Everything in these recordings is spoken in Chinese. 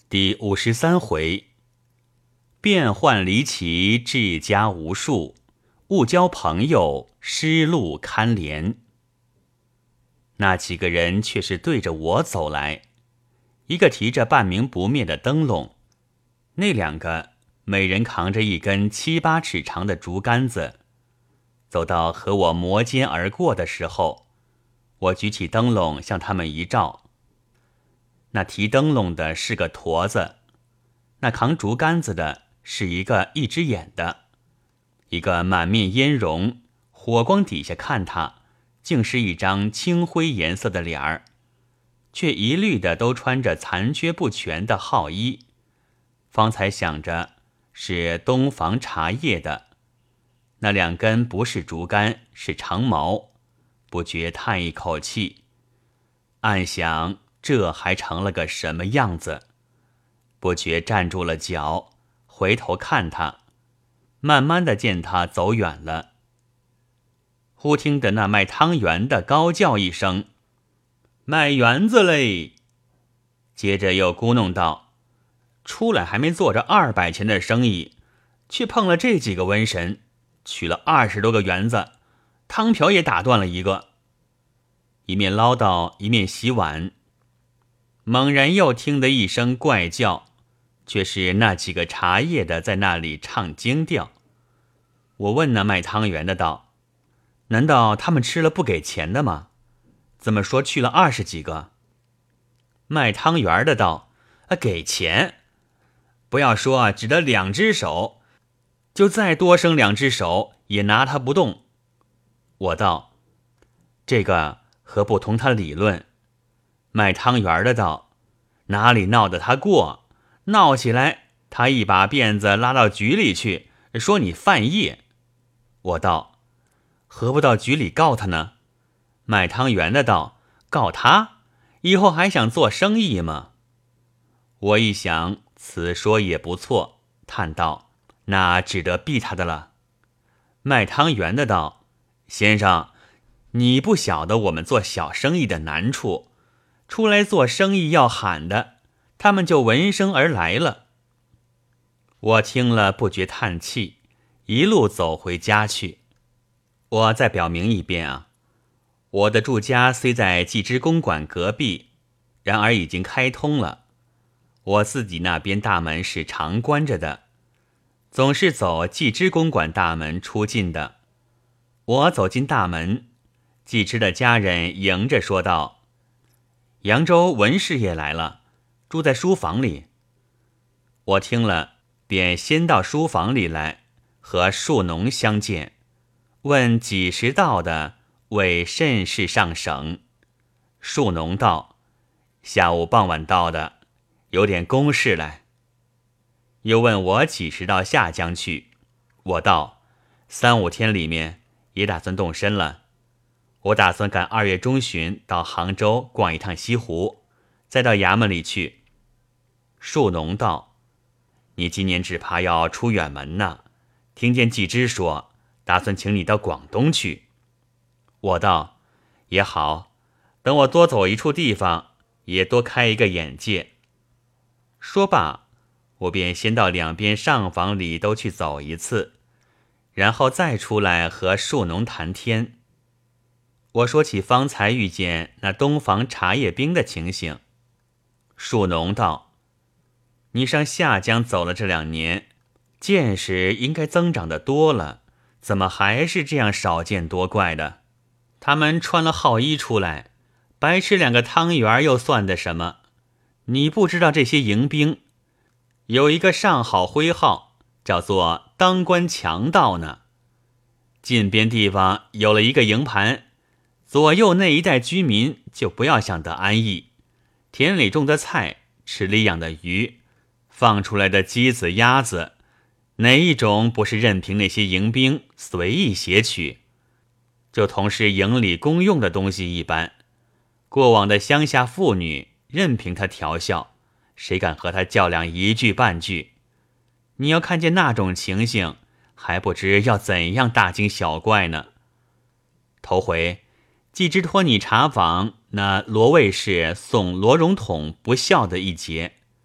第53回，变幻离奇，至家无数；误交朋友，失路堪怜。那几个人却是对着我走来，一个提着半明不灭的灯笼，那两个每人扛着一根7、8尺长的竹竿子。走到和我摩肩而过的时候，我举起灯笼向他们一照。那提灯笼的是个驼子，那扛竹竿子的是一只眼的，一个满面烟容，火光底下看他，竟是一张青灰颜色的脸儿，却一律的都穿着残缺不全的号衣。方才想着是东房茶叶的，那两根不是竹竿，是长矛，不觉叹一口气，暗想这还成了个什么样子？不觉站住了脚，回头看他，慢慢的见他走远了。忽听得那卖汤圆的高叫一声：“卖圆子嘞！”接着又咕哝道：“出来还没做着200钱的生意，却碰了这几个瘟神，取了20多个圆子，汤瓢也打断了一个。”一面唠叨，一面洗碗。猛然又听得一声怪叫，却是那几个茶叶的在那里唱京调。我问那卖汤圆的道：“难道他们吃了不给钱的吗？怎么说去了20几个？”卖汤圆的道：“给钱，不要说只得2只手，就再多生2只手也拿他不动。”我道：“这个何不同他理论？”卖汤圆的道：“哪里闹得他过？闹起来，他一把辫子拉到局里去，说你犯业。”我道：“何不到局里告他呢？”卖汤圆的道：“告他？以后还想做生意吗？”我一想，此说也不错，叹道：“那只得避他的了。”卖汤圆的道：“先生，你不晓得我们做小生意的难处。出来做生意要喊的，他们就闻声而来了。”我听了不觉叹气，一路走回家去。我再表明一遍啊，我的住家虽在季之公馆隔壁，然而已经开通了。我自己那边大门是常关着的，总是走季之公馆大门出进的。我走进大门，季之的家人迎着说道：“扬州文师爷来了，住在书房里。”我听了，便先到书房里来，和庶农相见，问几时到的，为甚事上省。庶农道：“下午傍晚到的，有点公事来。”又问我几时到下江去，我道：“3、5天里面也打算动身了。我打算赶2月中旬到杭州逛一趟西湖，再到衙门里去。”庶农道：“你今年只怕要出远门呢，听见季之说打算请你到广东去。”我道：“也好，等我多走一处地方，也多开一个眼界。”说罢，我便先到两边上房里都去走一次，然后再出来和庶农谈天。我说起方才遇见那东房茶叶兵的情形。庶农道：“你上下江走了这2年，见识应该增长的多了，怎么还是这样少见多怪的？他们穿了号衣出来，白吃2个汤圆又算得什么？你不知道这些迎兵有一个上好徽号，叫做当官强盗呢。近边地方有了一个营盘，左右那一带居民就不要想得安逸。田里种的菜，池里养的鱼，放出来的鸡子鸭子，哪一种不是任凭那些营兵随意挟取，就同是营里公用的东西一般。过往的乡下妇女任凭他调笑，谁敢和他较量一句半句？你要看见那种情形，还不知要怎样大惊小怪呢。头回季之托你查访那罗卫士送罗荣统不孝的一节，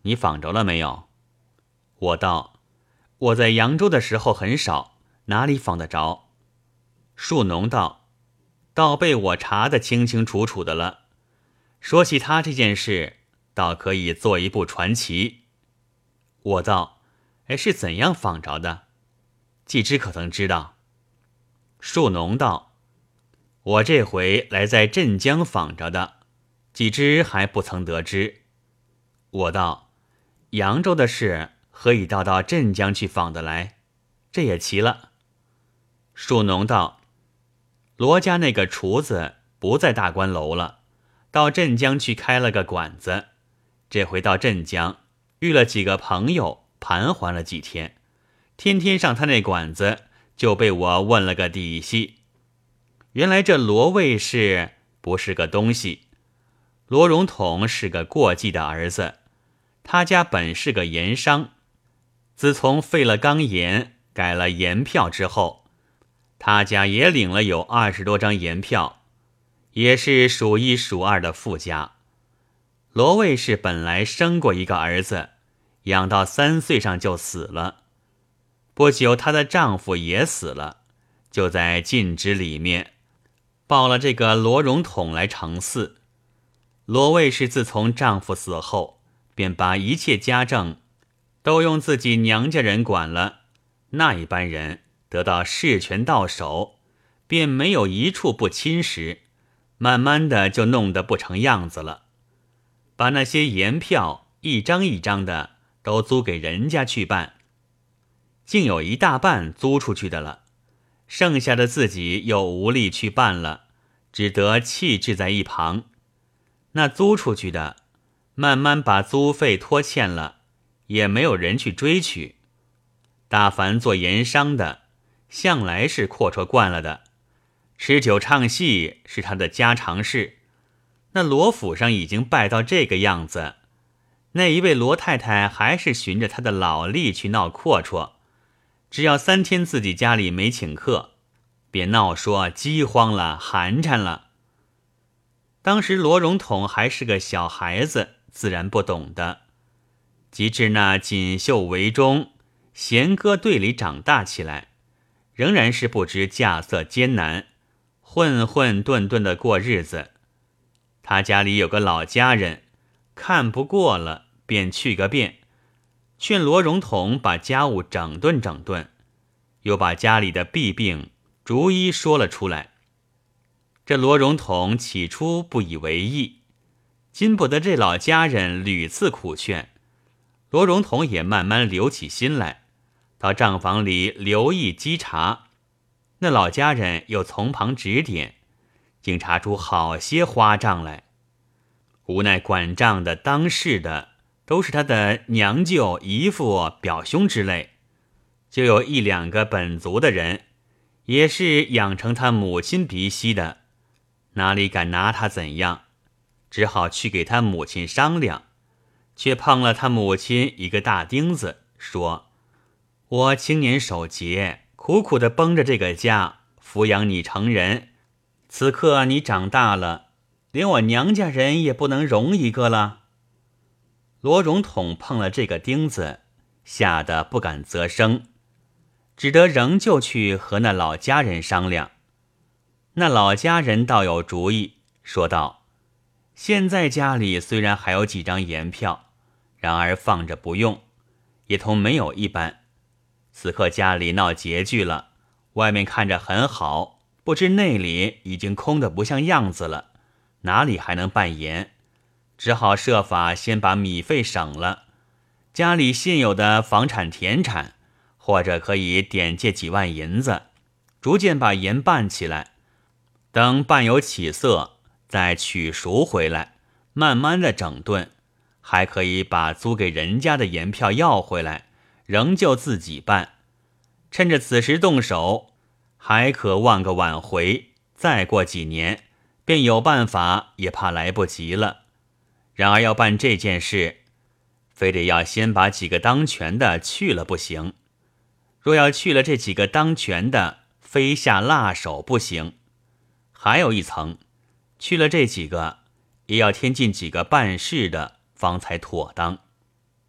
你访着了没有？我道：我在扬州的时候很少，哪里访得着？树农道：倒被我查得清清楚楚的了。说起他这件事，倒可以做一部传奇。我道：是怎样访着的？季之可曾知道？树农道：我这回来在镇江访着的，季之还不曾得知。我道：扬州的事何以到镇江去访得来？这也奇了。树农道：罗家那个厨子不在大观楼了，到镇江去开了个馆子，这回到镇江遇了几个朋友，盘桓了几天，天天上他那馆子，就被我问了个底细。原来这罗卫士不是个东西，罗荣统是个过继的儿子，他家本是个盐商，自从废了钢盐，改了盐票之后，他家也领了有20多张盐票，也是数一数二的富家。罗卫士本来生过一个儿子，养到3岁上就死了，不久她的丈夫也死了，就在禁止里面抱了这个罗荣统来承嗣。罗卫士自从丈夫死后，便把一切家政都用自己娘家人管了，那一般人得到事权到手，便没有一处不侵蚀，慢慢的就弄得不成样子了，把那些盐票一张一张的都租给人家去办，竟有一大半租出去的了，剩下的自己又无力去办了，只得弃置在一旁。那租出去的慢慢把租费拖欠了，也没有人去追取。大凡做盐商的，向来是阔绰惯了的，吃酒唱戏是他的家常事。那罗府上已经败到这个样子，那一位罗太太还是循着他的老例去闹阔绰，只要3天自己家里没请客，便闹说饥荒了，寒碜了。当时罗荣统还是个小孩子，自然不懂的，及至那锦绣围中弦歌队里长大起来，仍然是不知架色艰难，混混沌沌的过日子。他家里有个老家人，看不过了，便去个遍，劝罗荣统把家务整顿整顿，又把家里的弊病逐一说了出来。这罗荣统起初不以为意，经不得这老家人屡次苦劝，罗荣统也慢慢留起心来，到账房里留意稽查。那老家人又从旁指点，竟查出好些花账来。无奈管账的当事的都是他的娘舅、姨父、表兄之类，就有1、2个本族的人，也是养成他母亲鼻息的，哪里敢拿他怎样，只好去给他母亲商量，却碰了他母亲一个大钉子，说：我青年守节，苦苦地绷着这个家，抚养你成人，此刻你长大了，连我娘家人也不能容一个了。罗荣统碰了这个钉子，吓得不敢啧声，只得仍旧去和那老家人商量。那老家人倒有主意，说道：现在家里虽然还有几张盐票，然而放着不用，也同没有一般。此刻家里闹拮据了，外面看着很好，不知内里已经空得不像样子了，哪里还能办盐？只好设法先把米费省了，家里现有的房产田产，或者可以点借几万银子，逐渐把盐办起来，等办有起色，再取赎回来，慢慢的整顿，还可以把租给人家的盐票要回来，仍旧自己办。趁着此时动手，还可望个挽回，再过几年便有办法，也怕来不及了。然而要办这件事，非得要先把几个当权的去了不行，若要去了这几个当权的，非下辣手不行。还有一层，去了这几个，也要添进几个办事的，方才妥当。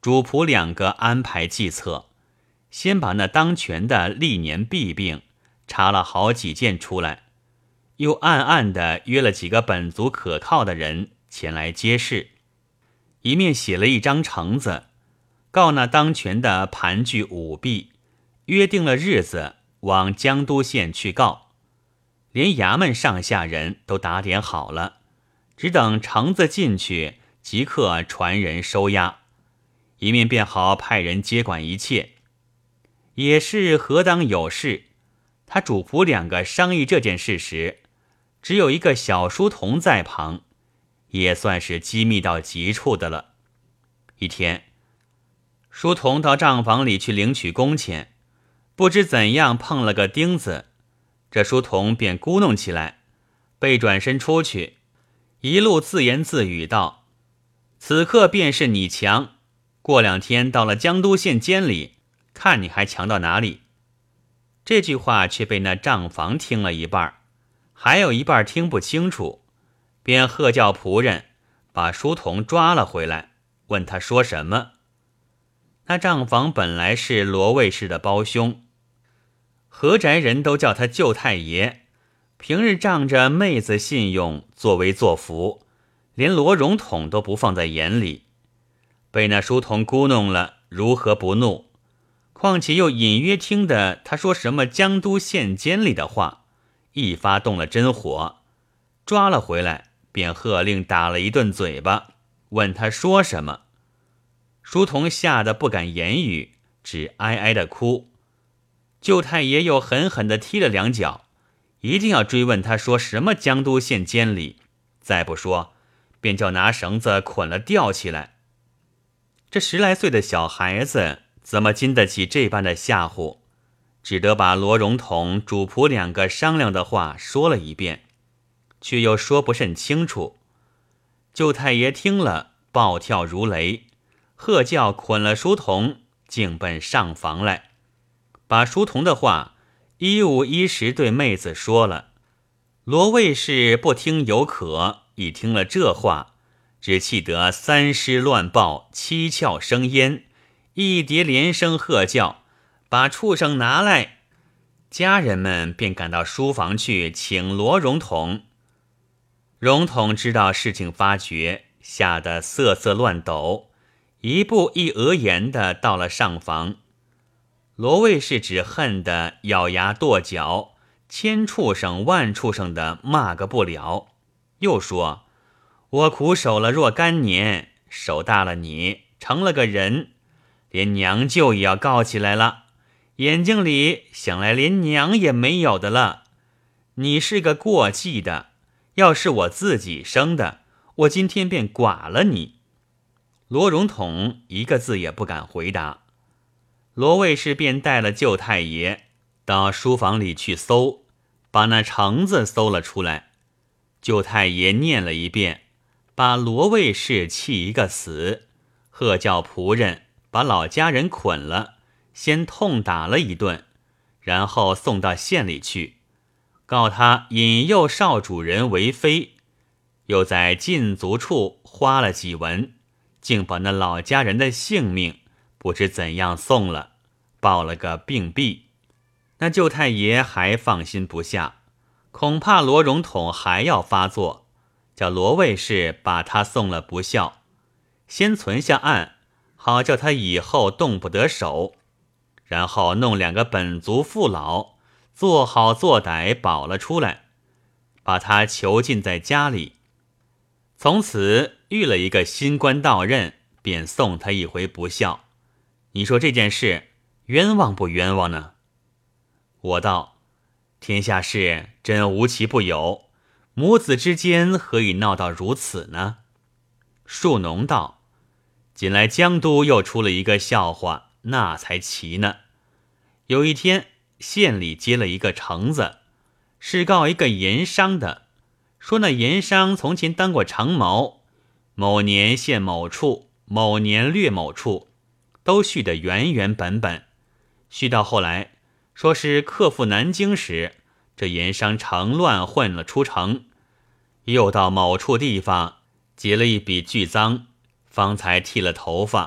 主仆两个安排计策，先把那当权的历年弊病查了好几件出来，又暗暗地约了几个本族可靠的人前来接事，一面写了一张呈子，告那当权的盘踞舞弊，约定了日子往江都县去告。连衙门上下人都打点好了，只等橙子进去，即刻传人收押，一面便好派人接管一切。也是何当有事，他主仆两个商议这件事时，只有一个小书童在旁，也算是机密到极处的了。一天，书童到账房里去领取工钱，不知怎样碰了个钉子，这书童便咕哝起来，背转身出去，一路自言自语道：此刻便是你强，过2天到了江都县监里，看你还强到哪里。这句话却被那账房听了一半，还有一半听不清楚，便喝叫仆人把书童抓了回来，问他说什么。那账房本来是罗卫氏的胞兄，何宅人都叫他舅太爷，平日仗着妹子信用作威作福，连罗荣统都不放在眼里。被那书童咕哝了，如何不怒？况且又隐约听得他说什么江都县监里的话，一发动了真火，抓了回来，便喝令打了一顿嘴巴，问他说什么。书童吓得不敢言语，只哀哀地哭。舅太爷又狠狠地踢了2脚，一定要追问他说什么江都县监里，再不说便叫拿绳子捆了吊起来。这10来岁的小孩子怎么经得起这般的吓唬，只得把罗荣统主仆两个商量的话说了一遍，却又说不甚清楚。舅太爷听了，暴跳如雷，喝叫捆了书童，径奔上房来，把书童的话一五一十对妹子说了。罗卫氏不听有可，一听了这话，只气得3尸乱爆，7窍生烟，一叠连声喝叫，把畜生拿来。家人们便赶到书房去请罗荣统。荣统知道事情发觉，吓得瑟瑟乱抖，一步一额言的到了上房。罗卫氏只恨得咬牙跺脚，千畜生万畜生的骂个不了，又说：我苦守了若干年，守大了你，成了个人，连娘舅也要告起来了，眼睛里想来连娘也没有的了。你是个过继的，要是我自己生的，我今天便剐了你。罗荣统一个字也不敢回答。罗卫氏便带了舅太爷到书房里去搜，把那橙子搜了出来。舅太爷念了一遍，把罗卫氏气一个死，喝叫仆人把老家人捆了，先痛打了一顿，然后送到县里去，告他引诱少主人为妃，又在禁足处花了几文，竟把那老家人的性命不知怎样送了，报了个病毙。那舅太爷还放心不下，恐怕罗荣统还要发作，叫罗卫氏把他送了不孝，先存下案，好叫他以后动不得手，然后弄2个本族父老做好做歹保了出来，把他囚禁在家里。从此遇了一个新官到任，便送他一回不孝。你说这件事冤枉不冤枉呢？我道：天下事真无奇不有，母子之间何以闹到如此呢？树农道：近来江都又出了一个笑话，那才奇呢。有一天县里接了一个橙子，是告一个盐商的，说那盐商从前当过长毛，某年县某处，某年略某处，都续得原原本本。续到后来，说是克复南京时，这盐商乘乱混了出城，又到某处地方结了一笔巨赃，方才剃了头发，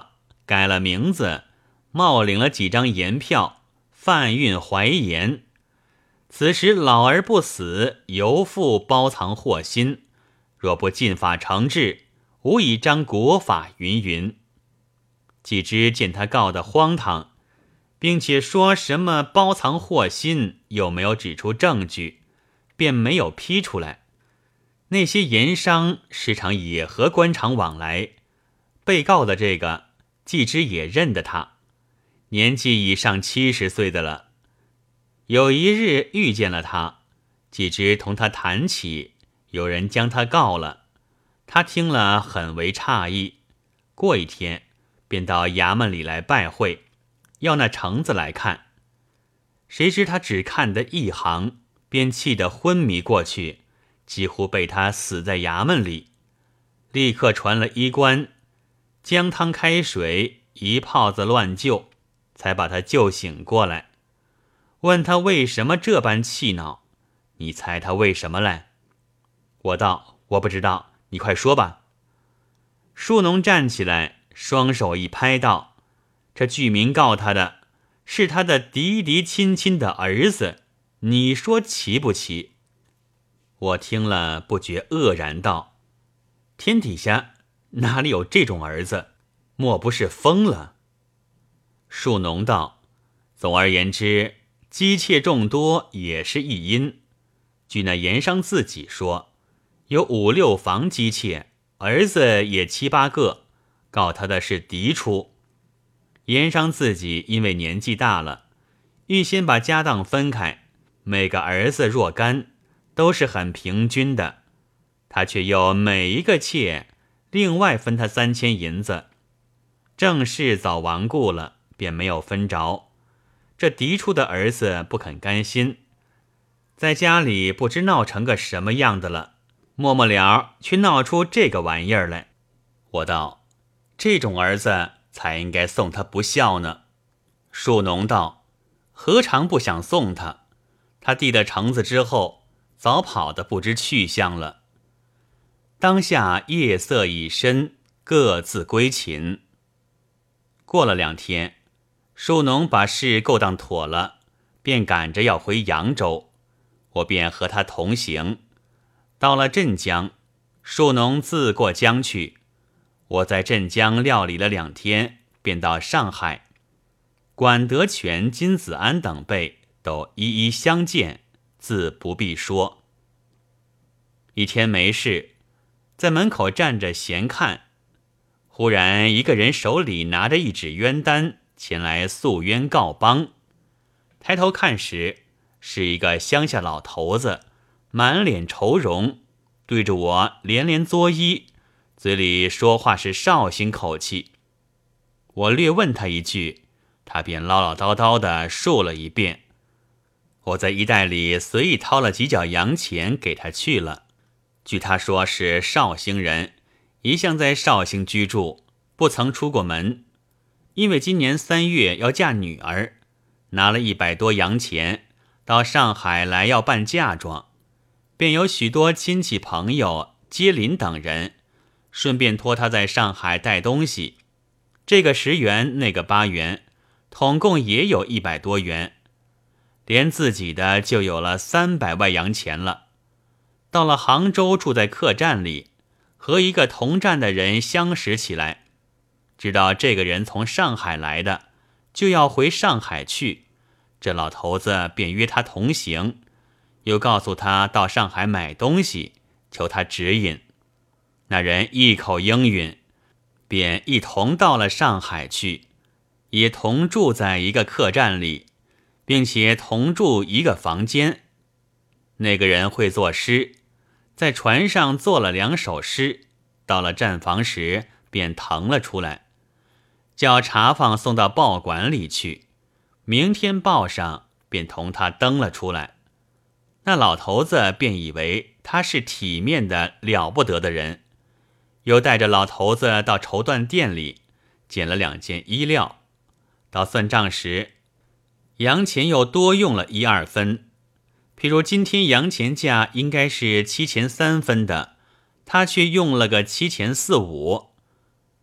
改了名字，冒领了几张盐票，贩运淮盐。此时老而不死，犹复包藏祸心，若不尽法惩治，无以彰国法云云。季之见他告得荒唐，并且说什么包藏祸心，又没有指出证据，便没有批出来。那些盐商时常也和官场往来，被告的这个季之也认得他，年纪已上70岁的了。有一日遇见了他，季之同他谈起，有人将他告了，他听了很为诧异。过一天便到衙门里来拜会，要那橙子来看。谁知他只看得一行，便气得昏迷过去，几乎被他死在衙门里。立刻传了医官，姜汤开水，一泡子乱救，才把他救醒过来。问他为什么这般气恼，你猜他为什么来？我道我不知道，你快说吧。树农站起来，双手一拍道，这具名告他的是他的嫡嫡亲亲的儿子，你说奇不奇？我听了不觉愕然道，天底下哪里有这种儿子？莫不是疯了？树农道，总而言之，姬妾众多也是一因。据那盐商自己说，有5、6房姬妾，儿子也7、8个，告他的是嫡出。盐商自己因为年纪大了，预先把家当分开，每个儿子若干，都是很平均的。他却又每一个妾另外分他3000银子。正室早亡故了，便没有分着。这嫡出的儿子不肯甘心，在家里不知闹成个什么样的了，末了却闹出这个玩意儿来。我道，这种儿子才应该送他不孝呢。树农道，何尝不想送他？他递了橙子之后，早跑得不知去向了。当下夜色已深，各自归寝。过了2天，树农把事勾当妥了，便赶着要回扬州，我便和他同行。到了镇江，树农自过江去，我在镇江料理了2天，便到上海。管德全、金子安等辈都一一相见，自不必说。一天没事，在门口站着闲看，忽然一个人手里拿着一纸冤单前来诉冤告帮。抬头看时，是一个乡下老头子，满脸愁容，对着我连连作揖，嘴里说话是绍兴口气。我略问他一句，他便唠唠叨叨地述了一遍。我在衣袋里随意掏了几角洋钱给他去了。据他说是绍兴人，一向在绍兴居住，不曾出过门。因为今年3月要嫁女儿，拿了100多洋钱到上海来要办嫁妆，便有许多亲戚朋友、街邻等人，顺便托他在上海带东西。这个10元，那个8元，统共也有100多元，连自己的就有了300外洋钱了。到了杭州，住在客栈里，和一个同站的人相识起来，知道这个人从上海来的，就要回上海去。这老头子便约他同行，又告诉他到上海买东西，求他指引。那人一口应允，便一同到了上海去，也同住在一个客栈里，并且同住一个房间。那个人会作诗，在船上做了2首诗，到了站房时便腾了出来，叫茶坊送到报馆里去，明天报上便同他登了出来。那老头子便以为他是体面的了不得的人，又带着老头子到绸缎店里捡了2件衣料。到算账时，洋钱又多用了1、2分。譬如今天洋钱价应该是7钱3分的，他却用了个7钱4、5。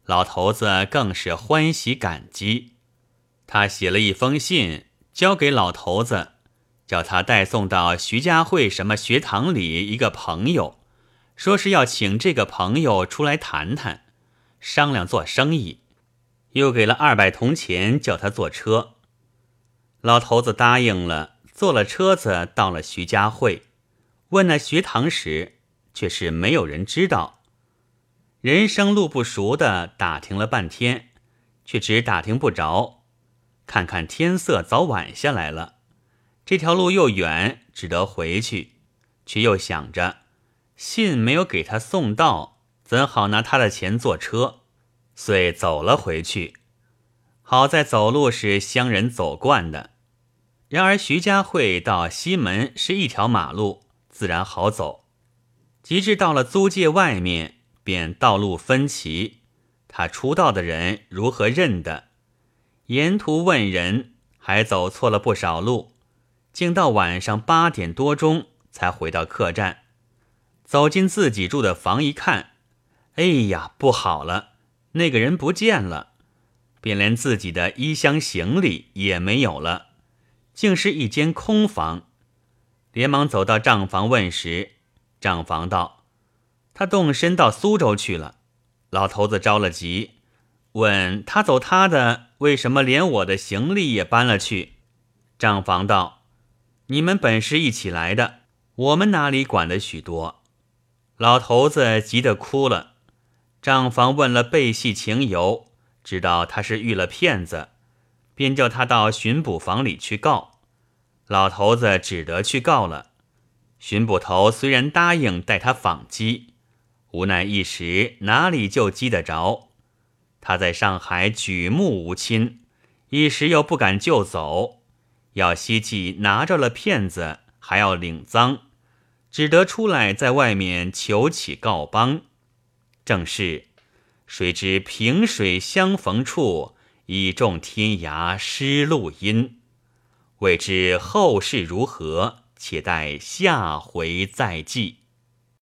老头子更是欢喜感激，他写了一封信交给老头子，叫他带送到徐家汇什么学堂里一个朋友，说是要请这个朋友出来谈谈，商量做生意，又给了200铜钱叫他坐车。老头子答应了，坐了车子到了徐家汇，问那学堂时，却是没有人知道。人生路不熟的打听了半天，却只打听不着。看看天色早晚下来了，这条路又远，只得回去，却又想着信没有给他送到，怎好拿他的钱坐车，遂走了回去。好在走路是乡人走惯的，然而徐家汇到西门是一条马路，自然好走。及至到了租界外面，便道路分歧，他出道的人如何认得？沿途问人，还走错了不少路，竟到晚上8点多钟才回到客栈。走进自己住的房一看，哎呀，不好了，那个人不见了，便连自己的衣箱行李也没有了，竟是一间空房。连忙走到账房问时，账房道：他动身到苏州去了。老头子着了急，问他走他的，为什么连我的行李也搬了去？账房道：你们本是一起来的，我们哪里管得许多？老头子急得哭了。账房问了背细情由，知道他是遇了骗子，便叫他到巡捕房里去告。老头子只得去告了。巡捕头虽然答应带他访缉，无奈一时哪里就缉得着。他在上海举目无亲，一时又不敢就走，要希冀拿着了骗子还要领赃，只得出来在外面求起告邦。正是谁知萍水相逢处，已中天涯失路阴。未知后事如何，且待下回再记。